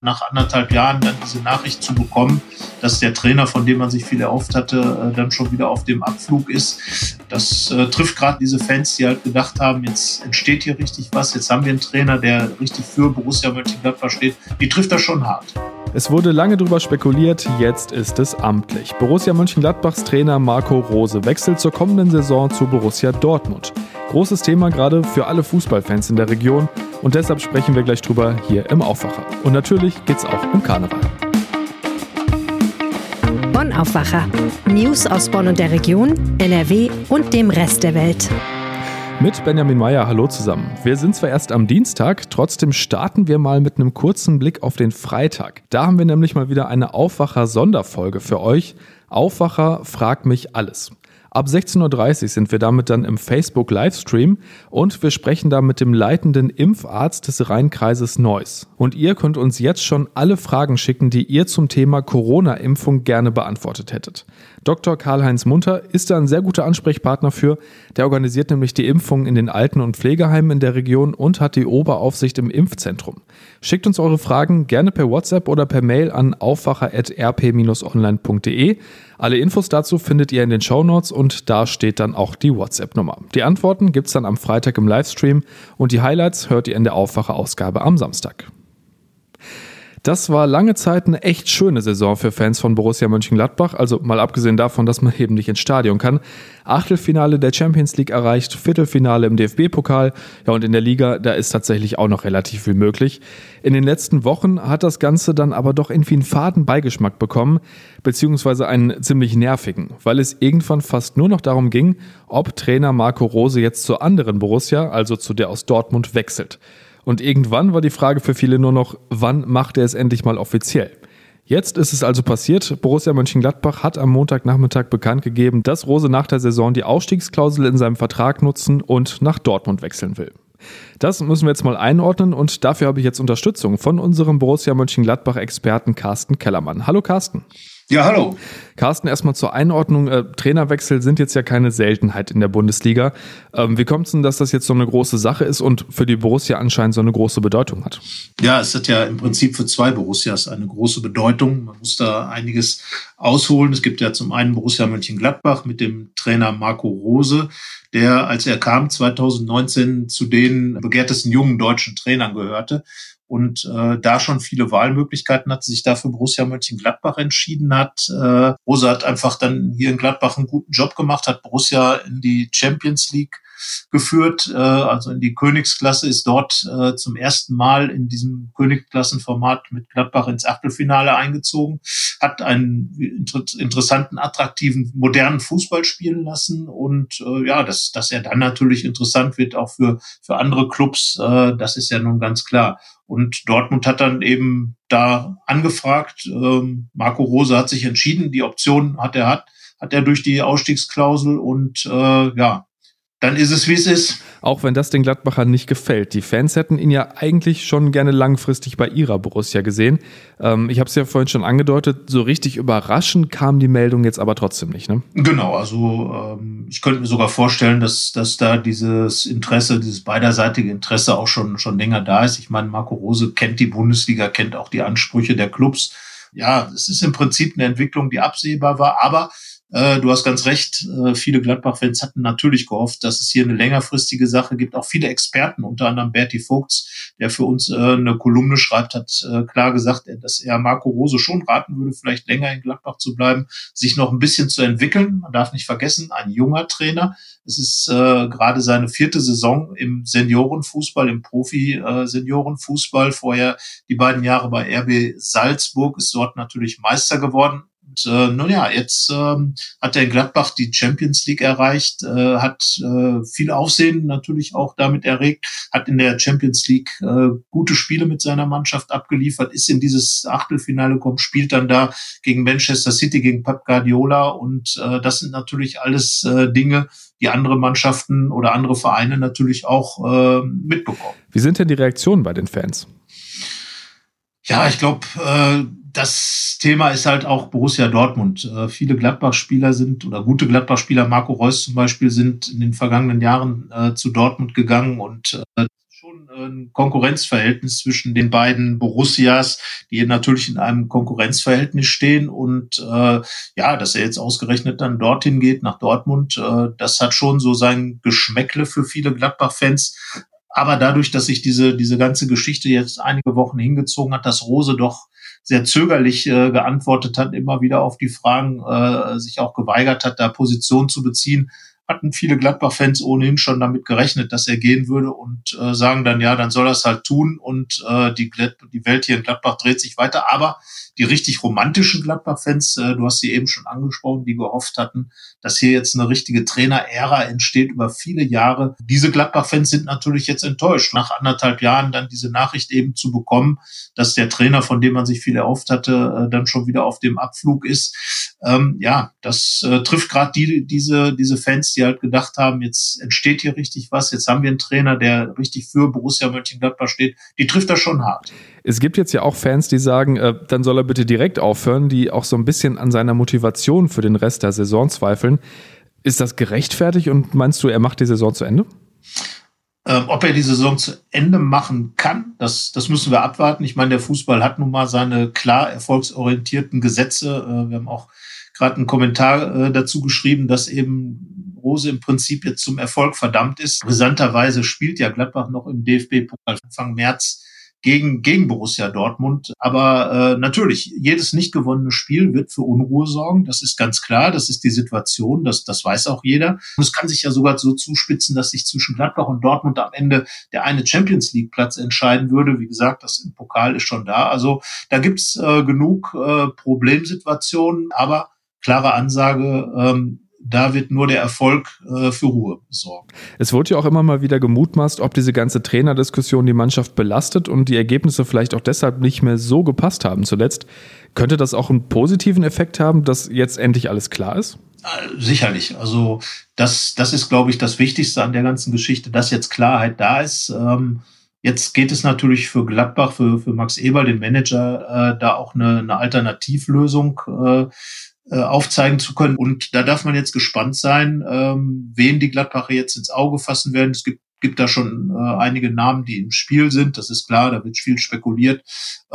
nach 1,5 Jahren dann diese Nachricht zu bekommen, dass der Trainer, von dem man sich viel erhofft hatte, dann schon wieder auf dem Abflug ist. Das trifft gerade diese Fans, die halt gedacht haben, jetzt entsteht hier richtig was, jetzt haben wir einen Trainer, der richtig für Borussia Mönchengladbach steht. Die trifft das schon hart. Es wurde lange darüber spekuliert, jetzt ist es amtlich. Borussia Mönchengladbachs Trainer Marco Rose wechselt zur kommenden Saison zu Borussia Dortmund. Großes Thema gerade für alle Fußballfans in der Region und deshalb sprechen wir gleich drüber hier im Aufwacher. Und natürlich geht's auch um Karneval. Bonn Aufwacher. News aus Bonn und der Region, NRW und dem Rest der Welt. Mit Benjamin Meyer, hallo zusammen. Wir sind zwar erst am Dienstag, trotzdem starten wir mal mit einem kurzen Blick auf den Freitag. Da haben wir nämlich mal wieder eine Aufwacher-Sonderfolge für euch. Aufwacher fragt mich alles. Ab 16:30 Uhr sind wir damit dann im Facebook-Livestream und wir sprechen da mit dem leitenden Impfarzt des Rheinkreises Neuss. Und ihr könnt uns jetzt schon alle Fragen schicken, die ihr zum Thema Corona-Impfung gerne beantwortet hättet. Dr. Karl-Heinz Munter ist da ein sehr guter Ansprechpartner für. Der organisiert nämlich die Impfungen in den Alten- und Pflegeheimen in der Region und hat die Oberaufsicht im Impfzentrum. Schickt uns eure Fragen gerne per WhatsApp oder per Mail an aufwacher@rp-online.de. Alle Infos dazu findet ihr in den Shownotes und da steht dann auch die WhatsApp-Nummer. Die Antworten gibt's dann am Freitag im Livestream und die Highlights hört ihr in der Aufwacher-Ausgabe am Samstag. Das war lange Zeit eine echt schöne Saison für Fans von Borussia Mönchengladbach, also mal abgesehen davon, dass man eben nicht ins Stadion kann. Achtelfinale der Champions League erreicht, Viertelfinale im DFB-Pokal, ja und in der Liga, da ist tatsächlich auch noch relativ viel möglich. In den letzten Wochen hat das Ganze dann aber doch irgendwie einen faden Beigeschmack bekommen, beziehungsweise einen ziemlich nervigen, weil es irgendwann fast nur noch darum ging, ob Trainer Marco Rose jetzt zur anderen Borussia, also zu der aus Dortmund, wechselt. Und irgendwann war die Frage für viele nur noch, wann macht er es endlich mal offiziell? Jetzt ist es also passiert. Borussia Mönchengladbach hat am Montagnachmittag bekannt gegeben, dass Rose nach der Saison die Ausstiegsklausel in seinem Vertrag nutzen und nach Dortmund wechseln will. Das müssen wir jetzt mal einordnen und dafür habe ich jetzt Unterstützung von unserem Borussia Mönchengladbach-Experten Carsten Kellermann. Hallo Carsten. Ja, hallo. Carsten, erstmal zur Einordnung. Trainerwechsel sind jetzt ja keine Seltenheit in der Bundesliga. Wie kommt es denn, dass das jetzt so eine große Sache ist und für die Borussia anscheinend so eine große Bedeutung hat? Ja, es hat ja im Prinzip für zwei Borussias eine große Bedeutung. Man muss da einiges ausholen. Es gibt ja zum einen Borussia Mönchengladbach mit dem Trainer Marco Rose, der, als er kam, 2019 zu den begehrtesten jungen deutschen Trainern gehörte. Und da schon viele Wahlmöglichkeiten hat, sich dafür Borussia Mönchengladbach entschieden hat. Rose hat einfach dann hier in Gladbach einen guten Job gemacht, hat Borussia in die Champions League geführt, also in die Königsklasse, ist dort zum ersten Mal in diesem Königsklassenformat mit Gladbach ins Achtelfinale eingezogen, hat einen interessanten, attraktiven, modernen Fußball spielen lassen und dass er dann natürlich interessant wird auch für andere Clubs, das ist ja nun ganz klar. Und Dortmund hat dann eben da angefragt. Marco Rose hat sich entschieden, die Option hat er durch die Ausstiegsklausel und dann ist es, wie es ist. Auch wenn das den Gladbachern nicht gefällt. Die Fans hätten ihn ja eigentlich schon gerne langfristig bei ihrer Borussia gesehen. Ich habe es ja vorhin schon angedeutet, so richtig überraschend kam die Meldung jetzt aber trotzdem nicht, ne? Genau, also ich könnte mir sogar vorstellen, dass da dieses Interesse, dieses beiderseitige Interesse auch schon länger da ist. Ich meine, Marco Rose kennt die Bundesliga, kennt auch die Ansprüche der Clubs. Ja, es ist im Prinzip eine Entwicklung, die absehbar war, aber du hast ganz recht, viele Gladbach-Fans hatten natürlich gehofft, dass es hier eine längerfristige Sache gibt. Auch viele Experten, unter anderem Berti Vogts, der für uns eine Kolumne schreibt, hat klar gesagt, dass er Marco Rose schon raten würde, vielleicht länger in Gladbach zu bleiben, sich noch ein bisschen zu entwickeln. Man darf nicht vergessen, ein junger Trainer. Es ist gerade seine 4. Saison im Seniorenfußball, im Profi-Seniorenfußball. Vorher die beiden Jahre bei RB Salzburg, ist dort natürlich Meister geworden. Und jetzt hat er in Gladbach die Champions League erreicht, hat viel Aufsehen natürlich auch damit erregt, hat in der Champions League gute Spiele mit seiner Mannschaft abgeliefert, ist in dieses Achtelfinale gekommen, spielt dann da gegen Manchester City, gegen Pep Guardiola und das sind natürlich alles Dinge, die andere Mannschaften oder andere Vereine natürlich auch mitbekommen. Wie sind denn die Reaktionen bei den Fans? Ja, ich glaube, das Thema ist halt auch Borussia Dortmund. Viele Gladbach-Spieler sind, oder gute Gladbach-Spieler, Marco Reus zum Beispiel, sind in den vergangenen Jahren zu Dortmund gegangen und schon schon ein Konkurrenzverhältnis zwischen den beiden Borussias, die natürlich in einem Konkurrenzverhältnis stehen. Und dass er jetzt ausgerechnet dann dorthin geht, nach Dortmund, das hat schon so sein Geschmäckle für viele Gladbach-Fans. Aber dadurch, dass sich diese ganze Geschichte jetzt einige Wochen hingezogen hat, dass Rose doch sehr zögerlich geantwortet hat, immer wieder auf die Fragen, sich auch geweigert hat, da Position zu beziehen, hatten viele Gladbach-Fans ohnehin schon damit gerechnet, dass er gehen würde und sagen dann, ja, dann soll er es halt tun und die Welt hier in Gladbach dreht sich weiter. Aber die richtig romantischen Gladbach-Fans, du hast sie eben schon angesprochen, die gehofft hatten, dass hier jetzt eine richtige Trainer-Ära entsteht über viele Jahre. Diese Gladbach-Fans sind natürlich jetzt enttäuscht, nach 1,5 Jahren dann diese Nachricht eben zu bekommen, dass der Trainer, von dem man sich viel erhofft hatte, dann schon wieder auf dem Abflug ist. Das trifft gerade diese Fans, die halt gedacht haben, jetzt entsteht hier richtig was, jetzt haben wir einen Trainer, der richtig für Borussia Mönchengladbach steht. Die trifft das schon hart. Es gibt jetzt ja auch Fans, die sagen, dann soll er bitte direkt aufhören, die auch so ein bisschen an seiner Motivation für den Rest der Saison zweifeln. Ist das gerechtfertigt und meinst du, er macht die Saison zu Ende? Ob er die Saison zu Ende machen kann, das müssen wir abwarten. Ich meine, der Fußball hat nun mal seine klar erfolgsorientierten Gesetze. Wir haben auch gerade einen Kommentar dazu geschrieben, dass eben Rose im Prinzip jetzt zum Erfolg verdammt ist. Brisanterweise spielt ja Gladbach noch im DFB-Pokal Anfang März gegen Borussia Dortmund. Aber natürlich, jedes nicht gewonnene Spiel wird für Unruhe sorgen. Das ist ganz klar. Das ist die Situation. Das weiß auch jeder. Und es kann sich ja sogar so zuspitzen, dass sich zwischen Gladbach und Dortmund am Ende der eine Champions-League-Platz entscheiden würde. Wie gesagt, das im Pokal ist schon da. Also da gibt's genug Problemsituationen. Aber klare Ansage, da wird nur der Erfolg für Ruhe sorgen. Es wurde ja auch immer mal wieder gemutmaßt, ob diese ganze Trainerdiskussion die Mannschaft belastet und die Ergebnisse vielleicht auch deshalb nicht mehr so gepasst haben zuletzt. Könnte das auch einen positiven Effekt haben, dass jetzt endlich alles klar ist? Sicherlich. Also das ist, glaube ich, das Wichtigste an der ganzen Geschichte, dass jetzt Klarheit da ist. Jetzt geht es natürlich für Gladbach, für Max Eberl, den Manager, da auch eine Alternativlösung aufzeigen zu können. Und da darf man jetzt gespannt sein, wen die Gladbacher jetzt ins Auge fassen werden. Es gibt da schon einige Namen, die im Spiel sind. Das ist klar, da wird viel spekuliert.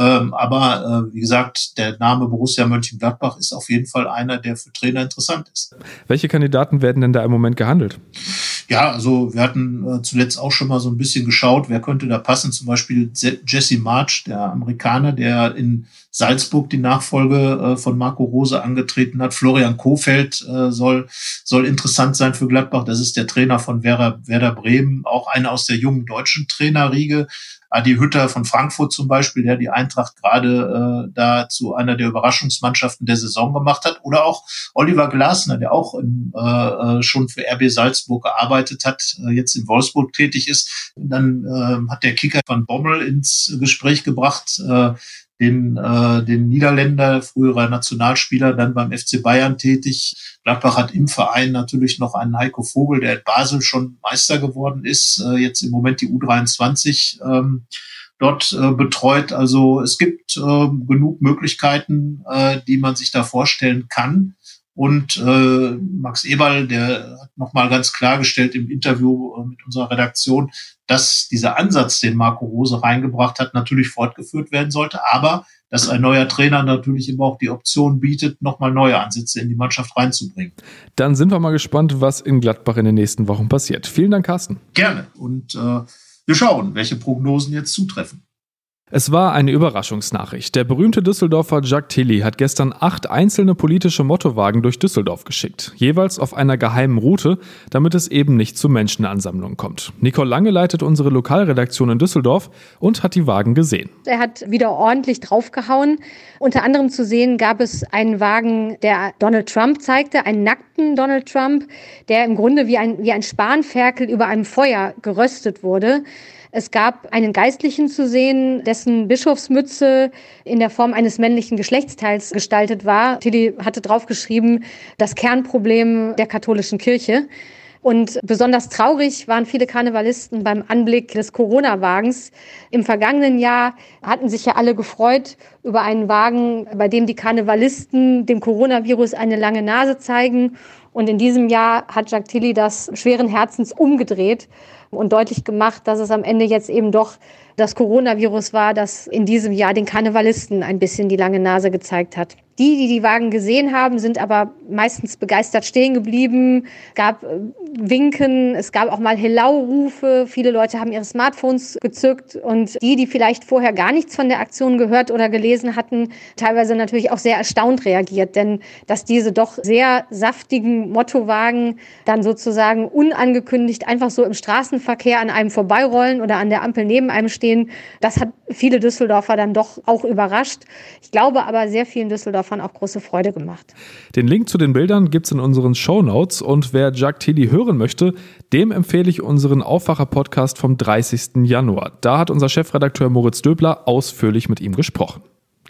Aber wie gesagt, der Name Borussia Mönchengladbach ist auf jeden Fall einer, der für Trainer interessant ist. Welche Kandidaten werden denn da im Moment gehandelt? Ja, also wir hatten zuletzt auch schon mal so ein bisschen geschaut, wer könnte da passen. Zum Beispiel Jesse Marsch, der Amerikaner, der in Salzburg die Nachfolge von Marco Rose angetreten hat. Florian Kohfeldt soll interessant sein für Gladbach. Das ist der Trainer von Werder Bremen, auch einer aus der jungen deutschen Trainerriege. Adi Hütter von Frankfurt zum Beispiel, der die Eintracht gerade da zu einer der Überraschungsmannschaften der Saison gemacht hat. Oder auch Oliver Glasner, der auch schon für RB Salzburg gearbeitet hat, jetzt in Wolfsburg tätig ist. Dann hat der Kicker von Bommel ins Gespräch gebracht, den Niederländer, früherer Nationalspieler, dann beim FC Bayern tätig. Gladbach hat im Verein natürlich noch einen Heiko Vogel, der in Basel schon Meister geworden ist, jetzt im Moment die U23 dort betreut. Also es gibt genug Möglichkeiten, die man sich da vorstellen kann. Und Max Eberl, der hat nochmal ganz klargestellt im Interview mit unserer Redaktion, dass dieser Ansatz, den Marco Rose reingebracht hat, natürlich fortgeführt werden sollte, aber dass ein neuer Trainer natürlich immer auch die Option bietet, nochmal neue Ansätze in die Mannschaft reinzubringen. Dann sind wir mal gespannt, was in Gladbach in den nächsten Wochen passiert. Vielen Dank, Carsten. Gerne. Und wir schauen, welche Prognosen jetzt zutreffen. Es war eine Überraschungsnachricht. Der berühmte Düsseldorfer Jacques Tilly hat gestern 8 einzelne politische Mottowagen durch Düsseldorf geschickt. Jeweils auf einer geheimen Route, damit es eben nicht zu Menschenansammlungen kommt. Nicole Lange leitet unsere Lokalredaktion in Düsseldorf und hat die Wagen gesehen. Er hat wieder ordentlich draufgehauen. Unter anderem zu sehen gab es einen Wagen, der Donald Trump zeigte, einen nackten Donald Trump, der im Grunde wie ein Spanferkel über einem Feuer geröstet wurde. Es gab einen Geistlichen zu sehen, dessen Bischofsmütze in der Form eines männlichen Geschlechtsteils gestaltet war. Tilly hatte draufgeschrieben, das Kernproblem der katholischen Kirche. Und besonders traurig waren viele Karnevalisten beim Anblick des Corona-Wagens. Im vergangenen Jahr hatten sich ja alle gefreut über einen Wagen, bei dem die Karnevalisten dem Coronavirus eine lange Nase zeigen. Und in diesem Jahr hat Jacques Tilly das schweren Herzens umgedreht und deutlich gemacht, dass es am Ende jetzt eben doch das Coronavirus war, das in diesem Jahr den Karnevalisten ein bisschen die lange Nase gezeigt hat. Die Wagen gesehen haben, sind aber meistens begeistert stehen geblieben. Es gab Winken, es gab auch mal Hello-Rufe. Viele Leute haben ihre Smartphones gezückt. Und die vielleicht vorher gar nichts von der Aktion gehört oder gelesen hatten, teilweise natürlich auch sehr erstaunt reagiert. Denn dass diese doch sehr saftigen Mottowagen dann sozusagen unangekündigt einfach so im Straßenverkehr an einem vorbeirollen oder an der Ampel neben einem stehen, das hat viele Düsseldorfer dann doch auch überrascht. Ich glaube aber sehr vielen Düsseldorfern auch große Freude gemacht. Den Link zu den Bildern gibt's in unseren Shownotes und wer Jacques Tilly hören möchte, dem empfehle ich unseren Aufwacher-Podcast vom 30. Januar. Da hat unser Chefredakteur Moritz Döbler ausführlich mit ihm gesprochen.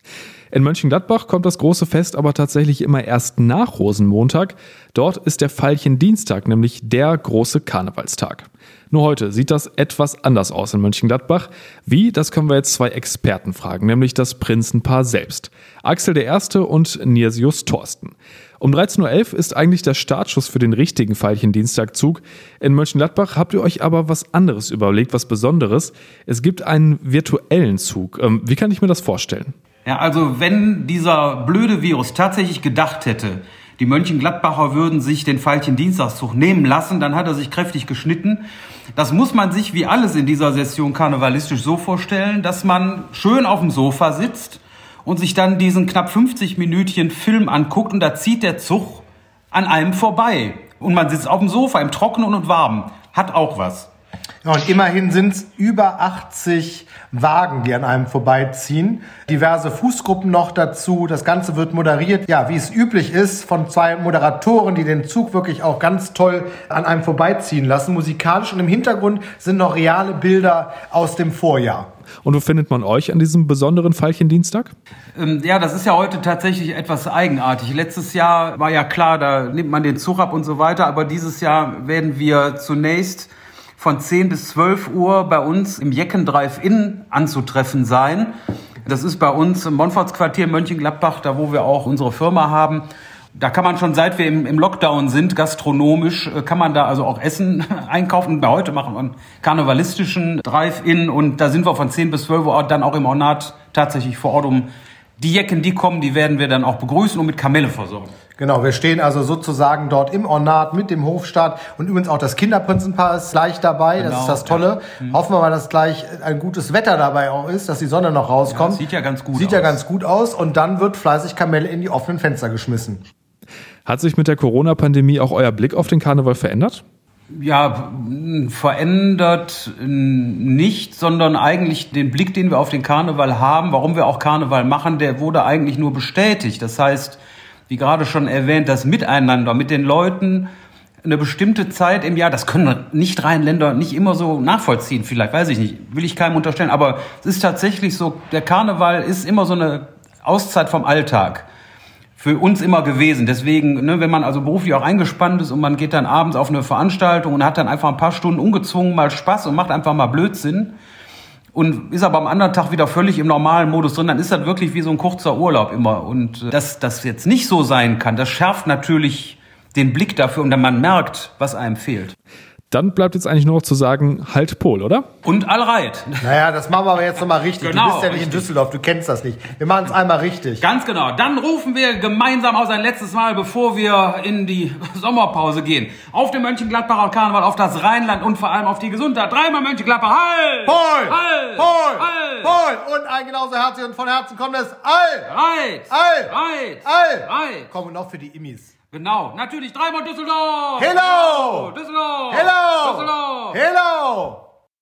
In Mönchengladbach kommt das große Fest aber tatsächlich immer erst nach Rosenmontag. Dort ist der Veilchendienstag, nämlich der große Karnevalstag. Nur heute sieht das etwas anders aus in Mönchengladbach. Wie, das können wir jetzt zwei Experten fragen, nämlich das Prinzenpaar selbst. Axel I. und Nirsius Thorsten. Um 13.11 Uhr ist eigentlich der Startschuss für den richtigen Veilchendienstagzug. In Mönchengladbach habt ihr euch aber was anderes überlegt, was Besonderes. Es gibt einen virtuellen Zug. Wie kann ich mir das vorstellen? Ja, also wenn dieser blöde Virus tatsächlich gedacht hätte, die Mönchengladbacher würden sich den Veilchendienstagszug nehmen lassen, dann hat er sich kräftig geschnitten. Das muss man sich wie alles in dieser Session karnevalistisch so vorstellen, dass man schön auf dem Sofa sitzt und sich dann diesen knapp 50 Minütchen Film anguckt und da zieht der Zug an einem vorbei. Und man sitzt auf dem Sofa im Trockenen und Warmen. Hat auch was. Ja, und immerhin sind es über 80 Wagen, die an einem vorbeiziehen. Diverse Fußgruppen noch dazu. Das Ganze wird moderiert, ja, wie es üblich ist, von zwei Moderatoren, die den Zug wirklich auch ganz toll an einem vorbeiziehen lassen, musikalisch. Und im Hintergrund sind noch reale Bilder aus dem Vorjahr. Und wo findet man euch an diesem besonderen Veilchendienstag? Ja, das ist ja heute tatsächlich etwas eigenartig. Letztes Jahr war ja klar, da nimmt man den Zug ab und so weiter. Aber dieses Jahr werden wir zunächst von 10 bis 12 Uhr bei uns im Jecken Drive-In anzutreffen sein. Das ist bei uns im Monfortsquartier Mönchengladbach, da wo wir auch unsere Firma haben. Da kann man schon, seit wir im Lockdown sind, gastronomisch, kann man da also auch Essen einkaufen. Bei heute machen wir einen karnevalistischen Drive-In und da sind wir von 10 bis 12 Uhr dann auch im Ornat tatsächlich vor Ort. Die Jecken, die kommen, die werden wir dann auch begrüßen und mit Kamelle versorgen. Genau, wir stehen also sozusagen dort im Ornat mit dem Hofstaat und übrigens auch das Kinderprinzenpaar ist gleich dabei, genau, das ist das Tolle. Ja. Hoffen wir mal, dass gleich ein gutes Wetter dabei auch ist, dass die Sonne noch rauskommt. Ja, sieht ja ganz gut aus. Sieht ja ganz gut aus und dann wird fleißig Kamelle in die offenen Fenster geschmissen. Hat sich mit der Corona-Pandemie auch euer Blick auf den Karneval verändert? Ja, verändert nicht, sondern eigentlich den Blick, den wir auf den Karneval haben, warum wir auch Karneval machen, der wurde eigentlich nur bestätigt. Das heißt, wie gerade schon erwähnt, das Miteinander mit den Leuten eine bestimmte Zeit im Jahr, das können Nicht-Rheinländer nicht immer so nachvollziehen, vielleicht, weiß ich nicht, will ich keinem unterstellen, aber es ist tatsächlich so, der Karneval ist immer so eine Auszeit vom Alltag. Für uns immer gewesen. Deswegen, wenn man also beruflich auch eingespannt ist und man geht dann abends auf eine Veranstaltung und hat dann einfach ein paar Stunden ungezwungen mal Spaß und macht einfach mal Blödsinn und ist aber am anderen Tag wieder völlig im normalen Modus drin, dann ist das wirklich wie so ein kurzer Urlaub immer. Und dass das jetzt nicht so sein kann, das schärft natürlich den Blick dafür und dann man merkt, was einem fehlt. Dann bleibt jetzt eigentlich nur noch zu sagen, halt Pol, oder? Und allreit. Naja, das machen wir aber jetzt nochmal richtig. Genau, du bist ja nicht in Düsseldorf, du kennst das nicht. Wir machen es einmal richtig. Ganz genau. Dann rufen wir gemeinsam aus ein letztes Mal, bevor wir in die Sommerpause gehen. Auf den Mönchengladbacher Karneval, auf das Rheinland und vor allem auf die Gesundheit. Dreimal Mönchengladbach, halt! Pol! Halt! Pol! Halt! Pol! Und ein genauso herzlich und von Herzen kommendes All! Reit! All! Reit! All! Reit! Komm, und noch für die Immis. Genau, natürlich dreimal Düsseldorf! Hello! Düsseldorf! Hello! Düsseldorf! Hello!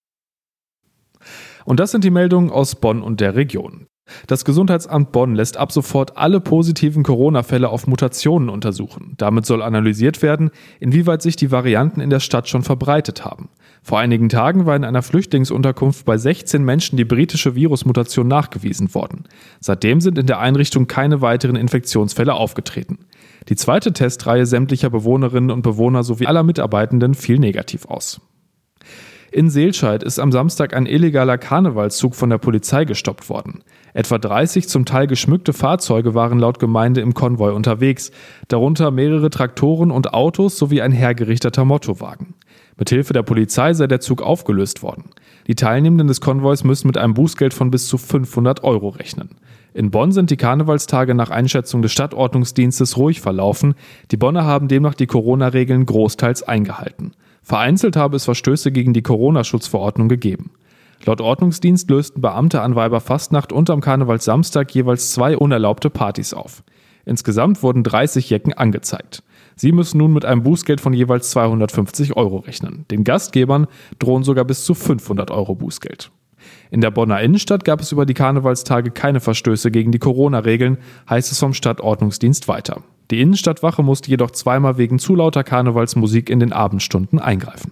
Und das sind die Meldungen aus Bonn und der Region. Das Gesundheitsamt Bonn lässt ab sofort alle positiven Corona-Fälle auf Mutationen untersuchen. Damit soll analysiert werden, inwieweit sich die Varianten in der Stadt schon verbreitet haben. Vor einigen Tagen war in einer Flüchtlingsunterkunft bei 16 Menschen die britische Virusmutation nachgewiesen worden. Seitdem sind in der Einrichtung keine weiteren Infektionsfälle aufgetreten. Die zweite Testreihe sämtlicher Bewohnerinnen und Bewohner sowie aller Mitarbeitenden fiel negativ aus. In Seelscheid ist am Samstag ein illegaler Karnevalszug von der Polizei gestoppt worden. Etwa 30 zum Teil geschmückte Fahrzeuge waren laut Gemeinde im Konvoi unterwegs, darunter mehrere Traktoren und Autos sowie ein hergerichteter Mottowagen. Mithilfe der Polizei sei der Zug aufgelöst worden. Die Teilnehmenden des Konvois müssen mit einem Bußgeld von bis zu 500 € rechnen. In Bonn sind die Karnevalstage nach Einschätzung des Stadtordnungsdienstes ruhig verlaufen. Die Bonner haben demnach die Corona-Regeln großteils eingehalten. Vereinzelt habe es Verstöße gegen die Corona-Schutzverordnung gegeben. Laut Ordnungsdienst lösten Beamte an Weiberfastnacht und am Karnevalssamstag jeweils 2 unerlaubte Partys auf. Insgesamt wurden 30 Jecken angezeigt. Sie müssen nun mit einem Bußgeld von jeweils 250 € rechnen. Den Gastgebern drohen sogar bis zu 500 € Bußgeld. In der Bonner Innenstadt gab es über die Karnevalstage keine Verstöße gegen die Corona-Regeln, heißt es vom Stadtordnungsdienst weiter. Die Innenstadtwache musste jedoch zweimal wegen zu lauter Karnevalsmusik in den Abendstunden eingreifen.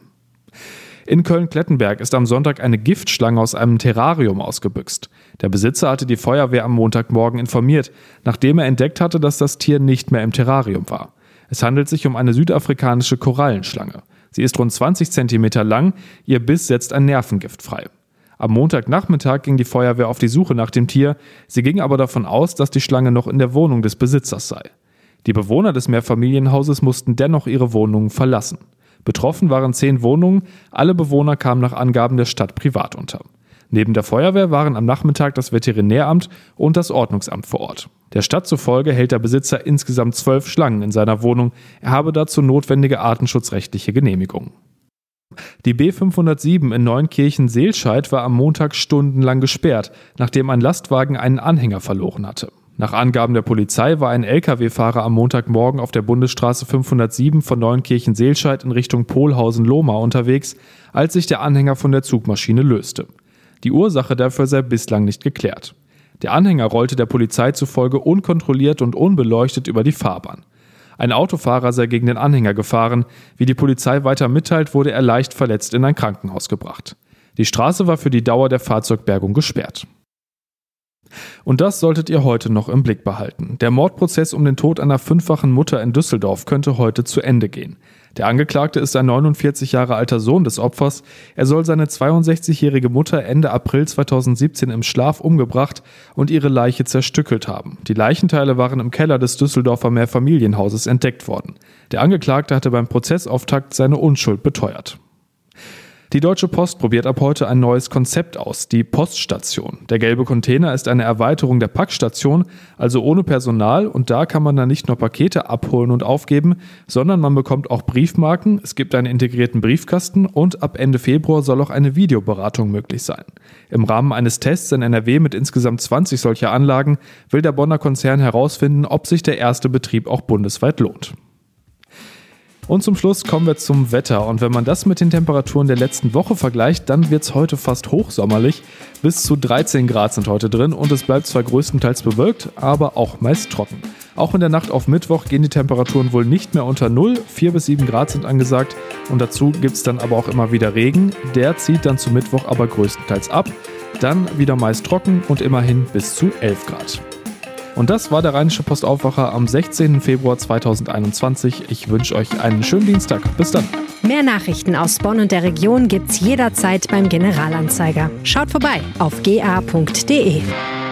In Köln-Klettenberg ist am Sonntag eine Giftschlange aus einem Terrarium ausgebüxt. Der Besitzer hatte die Feuerwehr am Montagmorgen informiert, nachdem er entdeckt hatte, dass das Tier nicht mehr im Terrarium war. Es handelt sich um eine südafrikanische Korallenschlange. Sie ist rund 20 cm lang, ihr Biss setzt ein Nervengift frei. Am Montagnachmittag ging die Feuerwehr auf die Suche nach dem Tier. Sie ging aber davon aus, dass die Schlange noch in der Wohnung des Besitzers sei. Die Bewohner des Mehrfamilienhauses mussten dennoch ihre Wohnungen verlassen. Betroffen waren 10 Wohnungen, alle Bewohner kamen nach Angaben der Stadt privat unter. Neben der Feuerwehr waren am Nachmittag das Veterinäramt und das Ordnungsamt vor Ort. Der Stadt zufolge hält der Besitzer insgesamt 12 Schlangen in seiner Wohnung, er habe dazu notwendige artenschutzrechtliche Genehmigungen. Die B507 in Neunkirchen-Seelscheid war am Montag stundenlang gesperrt, nachdem ein Lastwagen einen Anhänger verloren hatte. Nach Angaben der Polizei war ein Lkw-Fahrer am Montagmorgen auf der Bundesstraße 507 von Neunkirchen-Seelscheid in Richtung Pohlhausen-Lohmar unterwegs, als sich der Anhänger von der Zugmaschine löste. Die Ursache dafür sei bislang nicht geklärt. Der Anhänger rollte der Polizei zufolge unkontrolliert und unbeleuchtet über die Fahrbahn. Ein Autofahrer sei gegen den Anhänger gefahren. Wie die Polizei weiter mitteilt, wurde er leicht verletzt in ein Krankenhaus gebracht. Die Straße war für die Dauer der Fahrzeugbergung gesperrt. Und das solltet ihr heute noch im Blick behalten. Der Mordprozess um den Tod einer 5-fachen Mutter in Düsseldorf könnte heute zu Ende gehen. Der Angeklagte ist ein 49 Jahre alter Sohn des Opfers. Er soll seine 62-jährige Mutter Ende April 2017 im Schlaf umgebracht und ihre Leiche zerstückelt haben. Die Leichenteile waren im Keller des Düsseldorfer Mehrfamilienhauses entdeckt worden. Der Angeklagte hatte beim Prozessauftakt seine Unschuld beteuert. Die Deutsche Post probiert ab heute ein neues Konzept aus, die Poststation. Der gelbe Container ist eine Erweiterung der Packstation, also ohne Personal, und da kann man dann nicht nur Pakete abholen und aufgeben, sondern man bekommt auch Briefmarken, es gibt einen integrierten Briefkasten und ab Ende Februar soll auch eine Videoberatung möglich sein. Im Rahmen eines Tests in NRW mit insgesamt 20 solcher Anlagen will der Bonner Konzern herausfinden, ob sich der erste Betrieb auch bundesweit lohnt. Und zum Schluss kommen wir zum Wetter. Und wenn man das mit den Temperaturen der letzten Woche vergleicht, dann wird es heute fast hochsommerlich. Bis zu 13 Grad sind heute drin und es bleibt zwar größtenteils bewölkt, aber auch meist trocken. Auch in der Nacht auf Mittwoch gehen die Temperaturen wohl nicht mehr unter 0. 4 bis 7 Grad sind angesagt und dazu gibt es dann aber auch immer wieder Regen. Der zieht dann zu Mittwoch aber größtenteils ab. Dann wieder meist trocken und immerhin bis zu 11 Grad. Und das war der Rheinische Postaufwacher am 16. Februar 2021. Ich wünsche euch einen schönen Dienstag. Bis dann. Mehr Nachrichten aus Bonn und der Region gibt's jederzeit beim Generalanzeiger. Schaut vorbei auf ga.de.